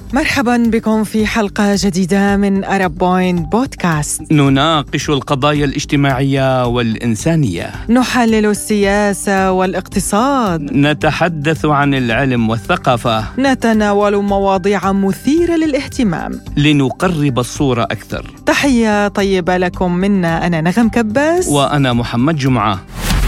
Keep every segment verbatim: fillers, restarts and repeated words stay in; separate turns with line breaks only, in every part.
مرحبا بكم في حلقة جديدة من أرب بوينت بودكاست.
نناقش القضايا الاجتماعية والإنسانية،
نحلل السياسة والاقتصاد،
نتحدث عن العلم والثقافة،
نتناول مواضيع مثيرة للاهتمام
لنقرب الصورة أكثر.
تحية طيبة لكم منا، أنا نغم كباس
وأنا محمد جمعة.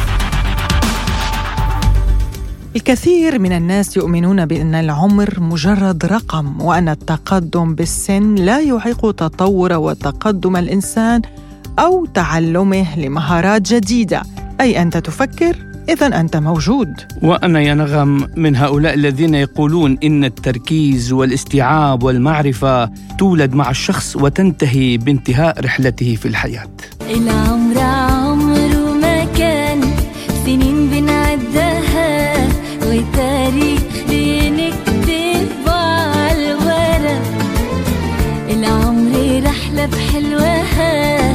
الكثير من الناس يؤمنون بأن العمر مجرد رقم، وأن التقدم بالسن لا يعيق تطور وتقدم الإنسان أو تعلمه لمهارات جديدة. أي أنت تفكر؟ إذن أنت موجود.
وأنا يا نغم من هؤلاء الذين يقولون إن التركيز والاستيعاب والمعرفة تولد مع الشخص وتنتهي بانتهاء رحلته في الحياة.
العمر عمره ما كان سنين بنعدها، وتاريخ بنكتب على الورق. العمر رحلة بحلوها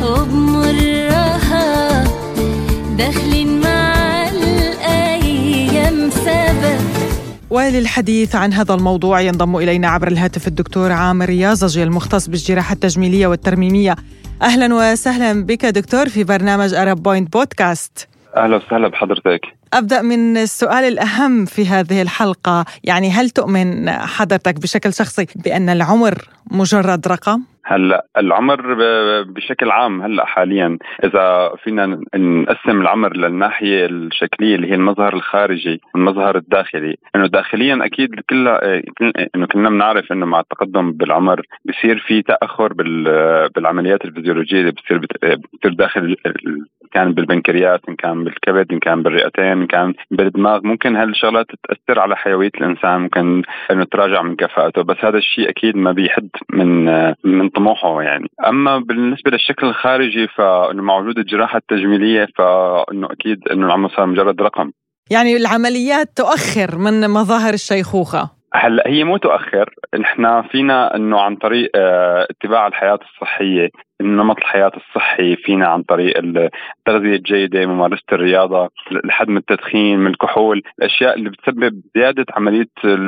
وبمرها، داخلين مع الأيام سبب.
وللحديث عن هذا الموضوع ينضم إلينا عبر الهاتف الدكتور عامر يازجي المختص بالجراحة التجميلية والترميمية. أهلا وسهلا بك دكتور في برنامج أرب بوينت بودكاست.
أهلا وسهلا بحضرتك.
أبدأ من السؤال الأهم في هذه الحلقة، يعني هل تؤمن حضرتك بشكل شخصي بأن العمر مجرد رقم؟
هلا العمر بشكل عام هلا حاليا اذا فينا نقسم العمر للناحيه الشكليه اللي هي المظهر الخارجي والمظهر الداخلي، انه داخليا اكيد كلها انه كلنا بنعرف انه مع التقدم بالعمر بصير في تاخر بالعمليات الفيزيولوجيه اللي بتصير بتصير داخل، كان بالبنكرياس، إن كان بالكبد، إن كان بالرئتين، إن كان بالدماغ. ممكن هالشغلات تأثر على حيوية الإنسان، ممكن إنه تراجع من كفاءته، بس هذا الشيء أكيد ما بيحد من من طموحه يعني. أما بالنسبة للشكل الخارجي فإنه مع وجود الجراحة التجميلية فإنه أكيد إنه العمر صار مجرد رقم.
يعني العمليات تؤخر من مظاهر الشيخوخة.
هلا هي مو تؤخر، نحن فينا انه عن طريق اه اتباع الحياة الصحية، النمط الحياة الصحي، فينا عن طريق التغذية الجيدة، ممارسة الرياضة، لحد من التدخين، من الكحول، الأشياء اللي بتسبب زيادة عملية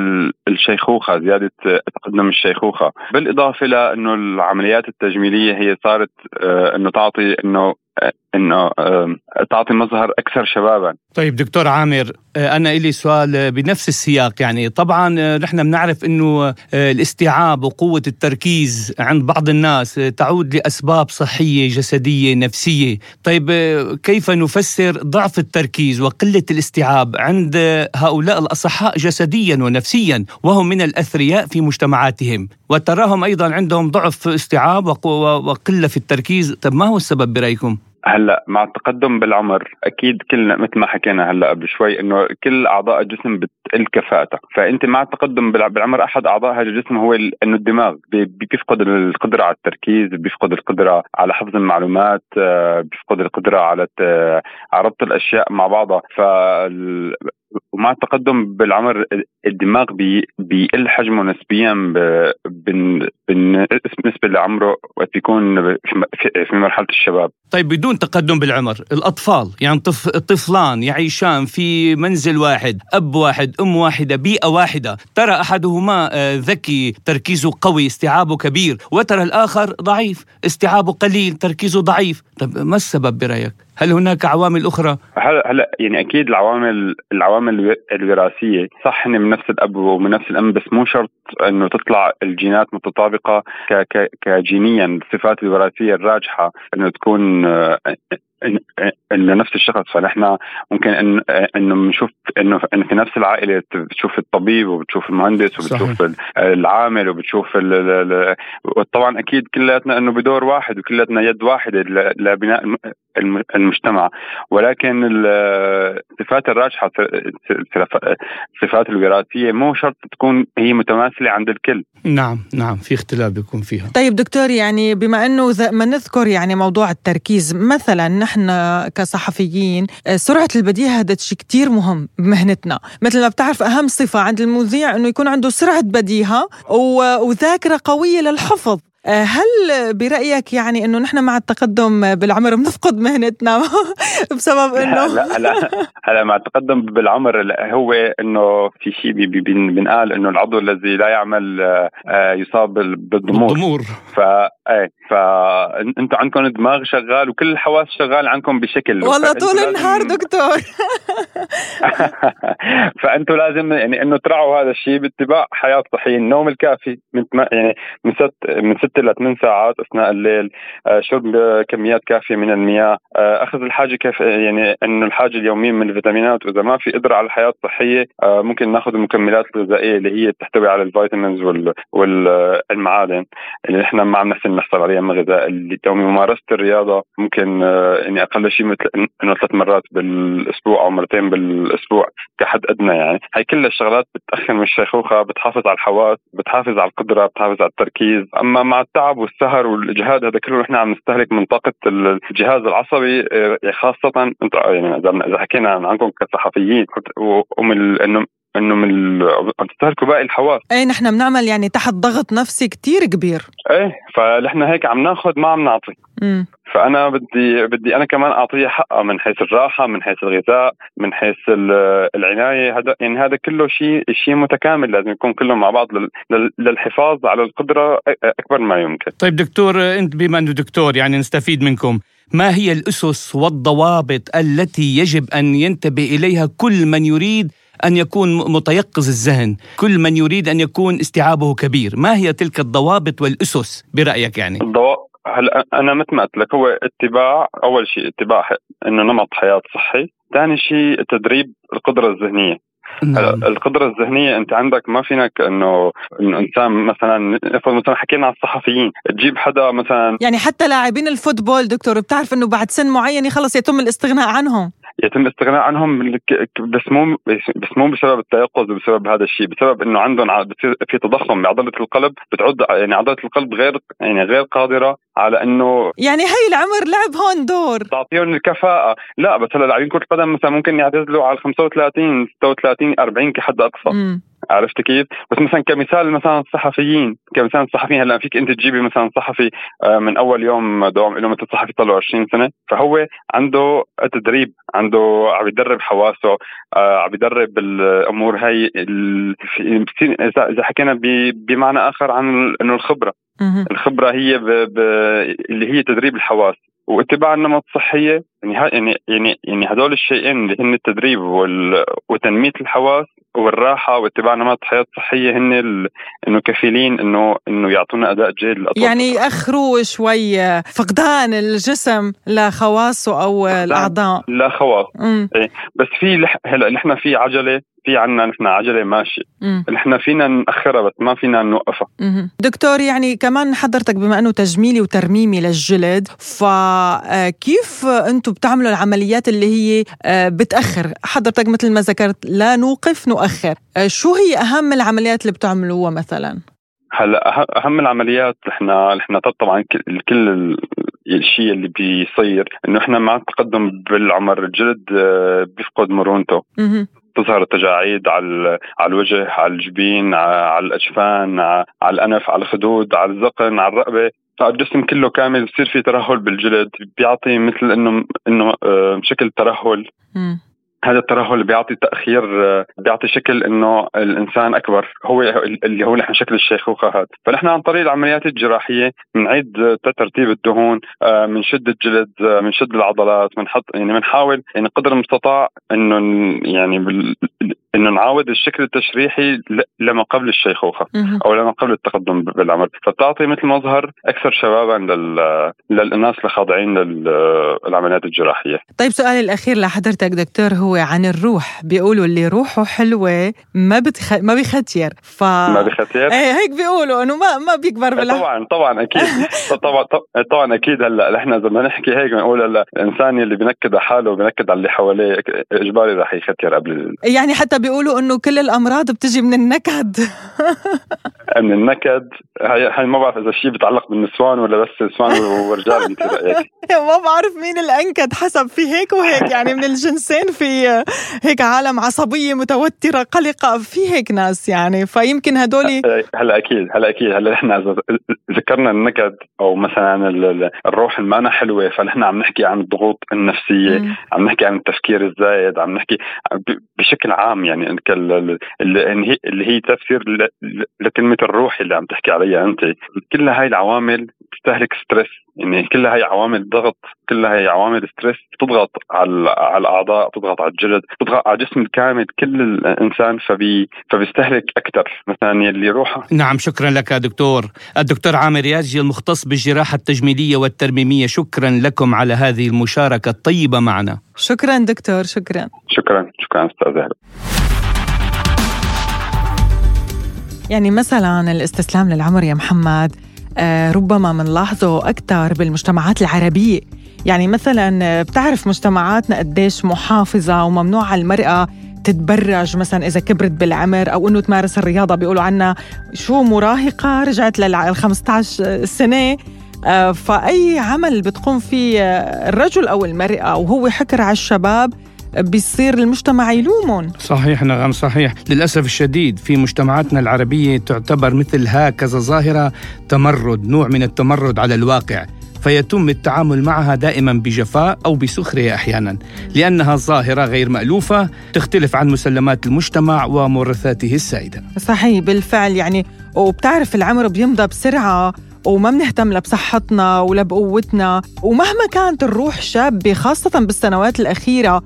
الشيخوخة، زيادة تقدم الشيخوخة. بالإضافة لأنه العمليات التجميلية هي صارت اه انه تعطي انه انه تعطي مظهر اكثر شبابا.
طيب دكتور عامر، انا لي سؤال بنفس السياق. يعني طبعا نحن بنعرف انه الاستيعاب وقوة التركيز عند بعض الناس تعود لاسباب صحية جسدية نفسية. طيب كيف نفسر ضعف التركيز وقلة الاستيعاب عند هؤلاء الاصحاء جسديا ونفسيا وهم من الاثرياء في مجتمعاتهم، وتراهم ايضا عندهم ضعف استيعاب وقلة في التركيز؟ طيب ما هو السبب برأيكم؟
هلا مع التقدم بالعمر اكيد كلنا مثل ما حكينا هلا قبل شوي انه كل اعضاء الجسم بتقل كفاءتها، فانت مع التقدم بالعمر احد اعضاء هذا الجسم هو انه الدماغ بيفقد القدره على التركيز، بيفقد القدره على حفظ المعلومات، بيفقد القدره على على ربط الاشياء مع بعضها. ف ومع التقدم بالعمر الدماغ بي بيقل حجمه نسبيا بالنسبة لعمره وقت يكون في مرحلة الشباب.
طيب بدون تقدم بالعمر الأطفال، يعني طف... طفلان يعيشان في منزل واحد، أب واحد، أم واحدة، بيئة واحدة، ترى أحدهما ذكي تركيزه قوي استيعابه كبير، وترى الآخر ضعيف استيعابه قليل تركيزه ضعيف. طيب ما السبب برأيك؟ هل هناك عوامل أخرى؟
هلا هلا يعني أكيد العوامل العوامل الوراثية صح، إن من نفس الأب ومن نفس الأم، بس مو شرط إنه تطلع الجينات متطابقة ك ك كجينيا. الصفات الوراثية الراجحة إنه تكون إنه نفس الشخص. فنحن ممكن إن إنه نشوف إنه إن في نفس العائلة بتشوف الطبيب وبتشوف المهندس وبتشوف صحيح. العامل وبتشوف طبعا أكيد كلاتنا إنه بدور واحد وكلاتنا يد واحدة لبناء المجتمع، ولكن الصفات الراجحة الصفات الوراثية مو شرط تكون هي متماثلة عند الكل.
نعم نعم في اختلاف بيكون فيها.
طيب دكتور، يعني بما أنه ما نذكر يعني موضوع التركيز مثلا، نحن كصحفيين سرعة البديهة هذا شيء كتير مهم بمهنتنا. مثل ما بتعرف أهم صفة عند المذيع أنه يكون عنده سرعة بديهة وذاكرة قوية للحفظ. هل برأيك يعني إنه نحن مع التقدم بالعمر بنفقد مهنتنا بسبب إنه
لا لا هلا مع التقدم بالعمر هو إنه في شيء بي بي بنقال إنه العضو الذي لا يعمل يصاب بالضمور.
بالضمور.
ف ايه فانتوا عندكم دماغ شغال وكل الحواس شغال عندكم بشكل
والله طول النهار دكتور.
فانتوا لازم يعني انه تراعوا هذا الشيء باتباع حياه صحيه، النوم الكافي من يعني من ست من ست الى ثمان ساعات اثناء الليل، شرب كميات كافيه من المياه، اخذ الحاجه كيف يعني انه الحاجه اليوميه من الفيتامينات، واذا ما في قدره على الحياه الصحيه ممكن ناخذ المكملات الغذائيه اللي هي تحتوي على الفيتامينز والمعادن اللي احنا ما عم نحسن نحصل عليها من الغذاء اليومي. ممارسه الرياضه ممكن يعني اقل شيء مثل انه ثلاث مرات بالاسبوع او مرتين بالاسبوع كحد ادنى. يعني هاي كل الشغلات بتاخر من الشيخوخه، بتحافظ على الحواس، بتحافظ على القدره، بتحافظ على التركيز. اما مع التعب والسهر والاجهاد هذا كله نحن عم نستهلك من طاقه الجهاز العصبي، خاصه انت يعني اذا حكينا عنكم كصحفيين ومن انه انه من عم تستهلكوا باقي الحواس.
اي نحن بنعمل يعني تحت ضغط نفسي كتير كبير.
ايه فنحن هيك عم ناخذ ما عم نعطي.
امم
فانا بدي بدي انا كمان اعطيه حقها من حيث الراحه، من حيث الغذاء، من حيث العنايه. هذا يعني هذا كله شيء شيء متكامل، لازم يكون كله مع بعض للحفاظ على القدره اكبر ما يمكن.
طيب دكتور، انت بما انه دكتور يعني نستفيد منكم، ما هي الاسس والضوابط التي يجب ان ينتبه اليها كل من يريد أن يكون متيقظ الذهن، كل من يريد أن يكون استيعابه كبير؟ ما هي تلك الضوابط والأسس برأيك؟ يعني
الضوابط هلا أنا مثل ما قلت لك، هو اتباع أول شيء اتباع إنه نمط حياة صحي، ثاني شيء تدريب القدرة الذهنية. نعم. القدرة الذهنية أنت عندك ما فينك إنه إنه إنسان مثلا مثلا حكينا عن الصحفيين، تجيب حدا مثلا
يعني حتى لاعبين الفوتبول دكتور بتعرف إنه بعد سن معين خلص يتم الاستغناء عنهم
يتم الاستغناء عنهم بس مو بس مو بسبب التيقظ وبسبب هذا الشيء، بسبب انه عندهم في تضخم بعضله القلب، بتعد يعني عضله القلب غير يعني غير قادره على انه
يعني هي العمر لعب هون دور
تعطيهم الكفاءه. لا بس هلا لاعبين كره القدم مثلا ممكن يعتزلوا على خمسة وثلاثين ستة وثلاثين أربعين كحد اقصى. م. عرفت كيف؟ بس مثلا كمثال مثلا الصحفيين كمثال الصحفيين هلا فيك انت تجيبي مثلا صحفي من اول يوم دوام له مثل صحفي طلعوا عشرين سنه، فهو عنده تدريب، عنده عم يدرب حواسه، عم يدرب الامور هاي. اذا اذا حكينا بمعنى اخر عن انه الخبره م. الخبره هي ب... ب... اللي هي تدريب الحواس واتباع النمط الصحيه. يعني يعني يعني يعني هذول الشيئين اللي هن التدريب وال... وتنميه الحواس والراحه واتباع نمط حياه صحيه هن ال... انه كفيلين انه انه يعطونا اداء جيد للأطفال.
يعني ياخروا شوي فقدان الجسم لخواصه او الاعضاء
لا خواص. إيه. بس في هلا نحن في عجله في عنا نحن عجلة ماشي، نحن فينا نأخرها بس ما فينا نوقفها.
دكتور يعني كمان حضرتك بما أنه تجميلي وترميمي للجلد، فكيف أنتم بتعملوا العمليات اللي هي بتأخر؟ حضرتك مثل ما ذكرت لا نوقف نؤخر، شو هي أهم العمليات اللي بتعملوها مثلا؟
هلا أهم العمليات احنا احنا طبعا كل الشيء اللي بيصير انه احنا مع التقدم بالعمر الجلد بيفقد مرونته، تظهر التجاعيد على على الوجه، على الجبين، على الأجفان، على الأنف، على الخدود، على الذقن، على الرقبة، الجسم كله كامل بصير في ترهل بالجلد، بيعطي مثل انه انه بشكل ترهل. م. هذا الترهل بيعطي تأخير، بيعطي شكل إنه الإنسان أكبر، هو اللي هو نحن شكل الشيخوخة هذا. فنحن عن طريق العمليات الجراحية بنعيد ترتيب الدهون، من شد الجلد، من شد العضلات، بنحط يعني بنحاول يعني قدر المستطاع إنه يعني بال إنه نعاود الشكل التشريحي لما قبل الشيخوخة أو لما قبل التقدم بالعمر، فبتعطي مثل مظهر أكثر شبابا لل للناس الخاضعين للعمليات الجراحية.
طيب سؤالي الأخير لحضرتك دكتور هو عن الروح. بيقولوا اللي روحه حلوة ما بتخ... ما بيختير ف...
ما بيختير
ايه هيك بيقولوا انه ما ما بيكبر بالله.
طبعا طبعا اكيد طبعا طبعا اكيد. هلا احنا اذا بدنا نحكي هيك بنقول هلا الانسان اللي بينكد على حاله وبينكد على اللي حواليه اجباري راح يختير قبل.
يعني حتى بيقولوا انه كل الامراض بتجي من النكد.
من النكد. هاي هاي ما بعرف اذا شيء بيتعلق بالنسوان ولا بس نسوان ورجال. انت رايك؟
ما بعرف مين الانكد، حسب في هيك وهيك يعني من الجنسين. في هيك عالم عصبيه متوتره قلقه، في هيك ناس يعني، فيمكن هدولي.
هلا اكيد هلا اكيد هلا احنا اذا ذكرنا النكد او مثلا الروح المعنى حلوه، فنحن عم نحكي عن الضغوط النفسيه، م. عم نحكي عن التفكير الزايد، عم نحكي بشكل عام يعني اللي هي تفسير لكلمه الروح اللي عم تحكي عليها انت. كل هاي العوامل تستهلك ستريس، يعني كل هاي عوامل ضغط، كل هاي عوامل ستريس تضغط على على الاعضاء، تضغط على الجلد، تضغط على الجسم الكامل كل الانسان، فبي فبيستهلك اكثر مثلا اللي روحه.
نعم، شكرا لك يا دكتور. الدكتور عامر يازجي المختص بالجراحه التجميليه والترميميه، شكرا لكم على هذه المشاركه الطيبه معنا.
شكرا دكتور. شكرا
شكرا شكرا استاذ زهرة.
يعني مثلا الاستسلام للعمر يا محمد آه ربما منلاحظه أكثر بالمجتمعات العربية. يعني مثلا بتعرف مجتمعاتنا قديش محافظة وممنوع على المرأة تتبرج مثلا إذا كبرت بالعمر، أو أنه تمارس الرياضة. بيقولوا عنها شو مراهقة رجعت للخمسة عشر سنة. آه فأي عمل بتقوم فيه الرجل أو المرأة وهو حكر على الشباب بيصير المجتمع يلومون.
صحيح نعم صحيح. للأسف الشديد في مجتمعاتنا العربية تعتبر مثل هكذا ظاهرة تمرد، نوع من التمرد على الواقع، فيتم التعامل معها دائما بجفاء أو بسخرية أحيانا، لأنها ظاهرة غير مألوفة تختلف عن مسلمات المجتمع ومورثاته السائدة.
صحيح بالفعل يعني. وبتعرف العمر بيمضى بسرعة وما بنهتم لا بصحتنا ولا بقوتنا، ومهما كانت الروح شابة خاصة بالسنوات الأخيرة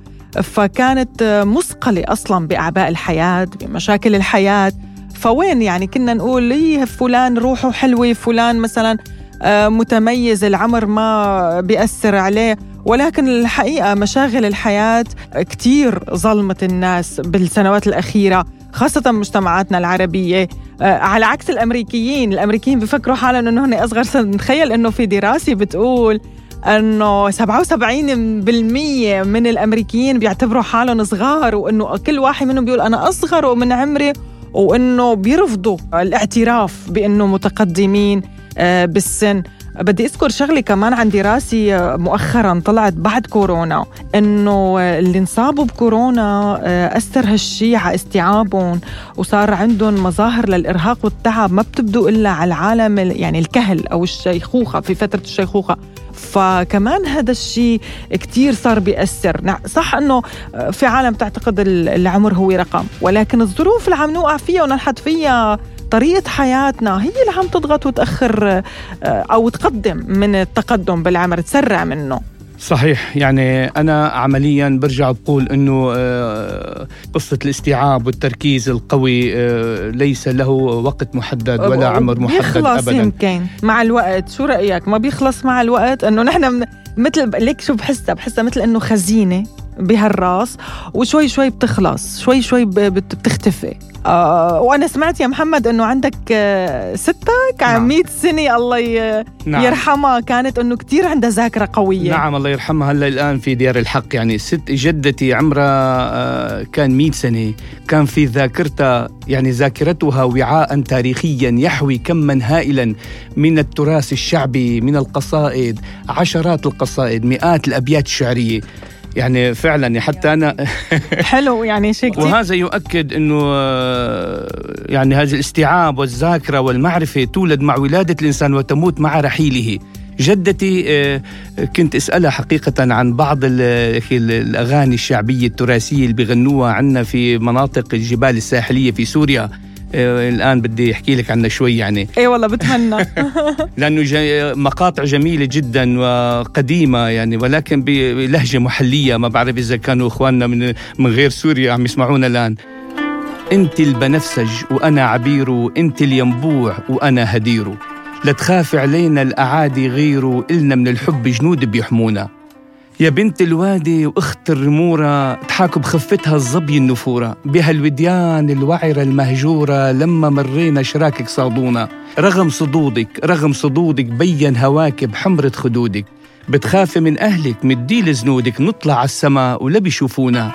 فكانت مثقلة أصلاً بأعباء الحياة، بمشاكل الحياة. فوين يعني كنا نقول ليه فلان روحه حلوة، فلان مثلاً متميز، العمر ما بيأثر عليه. ولكن الحقيقة مشاغل الحياة كتير ظلمت الناس بالسنوات الأخيرة، خاصة مجتمعاتنا العربية. على عكس الأمريكيين، الأمريكيين بيفكروا حالهم أنه هن أصغر سن. نتخيل أنه في دراسة بتقول أنه سبعة وسبعين بالمية من الأمريكيين بيعتبروا حالهم صغار، وأنه كل واحد منهم بيقول أنا أصغر من عمري، وأنه بيرفضوا الاعتراف بأنه متقدمين بالسن. بدي أذكر شغلي كمان عن دراسة مؤخراً طلعت بعد كورونا، أنه اللي انصابوا بكورونا أثر هالشي على استيعابهم، وصار عندهم مظاهر للإرهاق والتعب ما بتبدو إلا على العالم يعني الكهل أو الشيخوخة، في فترة الشيخوخة. فكمان هذا الشيء كتير صار بيأثر. صح أنه في عالم تعتقد العمر هو رقم، ولكن الظروف اللي عم نوقع فيها وننحط فيها، طريقة حياتنا هي اللي عم تضغط وتأخر أو تقدم من التقدم بالعمر، تسرع منه.
صحيح. يعني أنا عملياً برجع بقول أنه قصة الاستيعاب والتركيز القوي ليس له وقت محدد ولا عمر محدد أبداً.
يمكن مع الوقت. شو رأيك؟ ما بيخلص مع الوقت؟ أنه نحن مثل ليك شو بحسها بحسها مثل أنه خزينة بهالراس، وشوي شوي بتخلص، شوي شوي بتختفي. آه وأنا سمعت يا محمد أنه عندك آه ستك عن نعم. مئة سنة الله ي... نعم. يرحمها، كانت أنه كتير عندها ذاكرة قوية.
نعم الله يرحمها. هلا الآن في ديار الحق يعني ست جدتي عمرها آه كان مئة سنة، كان في ذاكرتها يعني ذاكرتها وعاء تاريخيا يحوي كما هائلا من التراث الشعبي، من القصائد، عشرات القصائد، مئات الأبيات الشعرية. يعني فعلا حتى أنا
حلو يعني شيء كتير.
وهذا يؤكد أنه يعني هذا الاستيعاب والذاكرة والمعرفة تولد مع ولادة الإنسان وتموت مع رحيله. جدتي كنت أسألها حقيقة عن بعض الأغاني الشعبية التراثية اللي بيغنوها عنا في مناطق الجبال الساحلية في سوريا. الآن بدي أحكي لك عنها شوي يعني.
أي والله بتمنى
لأنه مقاطع جميلة جدا وقديمة يعني، ولكن بلهجة محلية. ما بعرف إذا كانوا إخواننا من من غير سوريا عم يسمعونا الآن. أنت البنفسج وأنا عبير، أنت الينبوع وأنا هدير، لا تخافي علينا الأعادي غير، إلنا من الحب جنود بيحمونا. يا بنت الوادي وأخت الرمورة، تحاكوا بخفتها الظبي النفورة، بها الوديان الوعرة المهجورة، لما مرينا شراكك صادونا. رغم صدودك رغم صدودك بين هواك بحمرة خدودك، بتخافي من أهلك مدي لزنودك، نطلع على السماء ولا بيشوفونا.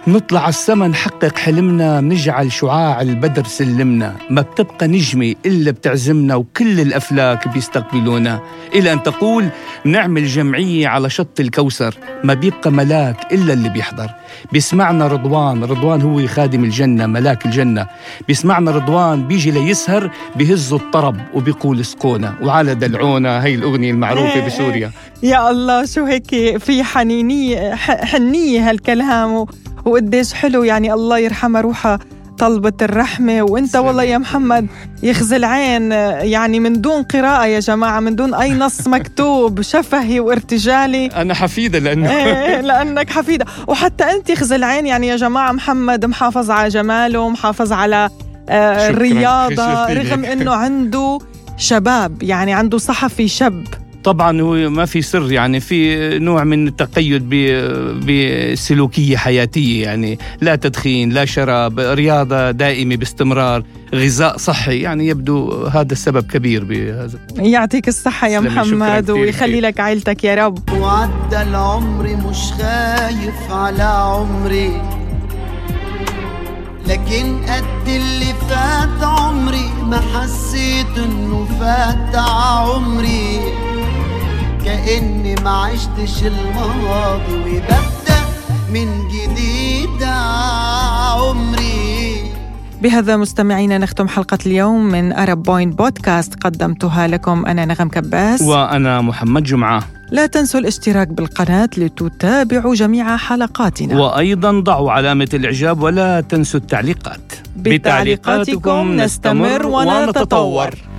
نطلع على السما نحقق حلمنا، نجعل شعاع البدر سلمنا، ما بتبقى نجمة إلا بتعزمنا وكل الأفلاك بيستقبلونا، إلى أن تقول نعمل جمعية على شط الكوثر، ما بيبقى ملاك إلا اللي بيحضر. بيسمعنا رضوان، رضوان هو خادم الجنة ملاك الجنة، بيسمعنا رضوان بيجي ليسهر بهز الطرب وبيقول اسكونا وعلى دلعونا، هي الأغنية المعروفة بسوريا.
يا الله شو هيك في حنينية حنية هالكلام، وقديش حلو يعني. الله يرحمها روحها طلبت الرحمة. وانت والله يا محمد يخزل عين يعني من دون قراءة يا جماعة، من دون أي نص مكتوب، شفهي وارتجالي.
أنا حفيدة لأنه
ايه لأنك حفيدة. وحتى أنت يخزل عين يعني يا جماعة، محمد محافظ على جماله، محافظ على آه الرياضة، رغم أنه عنده شباب، يعني عنده صحفي شاب.
طبعا هو ما في سر، يعني في نوع من التقيد بسلوكية حياتية، يعني لا تدخين لا شراب، رياضة دائمة باستمرار، غذاء صحي، يعني يبدو هذا السبب كبير بهذا.
يعطيك الصحة يا محمد ويخلي لك عائلتك يا رب.
وعدى العمر مش خايف على عمري، لكن قد اللي فات عمري ما حسيت انه فات عمري، كأني ما عشتش الماضي وببدأ من جديد عمري.
بهذا مستمعينا نختم حلقة اليوم من أرب بوينت بودكاست، قدمتها لكم أنا نغم كباس
وأنا محمد جمعة.
لا تنسوا الاشتراك بالقناة لتتابعوا جميع حلقاتنا،
وأيضا ضعوا علامة الإعجاب ولا تنسوا التعليقات.
بتعليقاتكم نستمر ونتطور.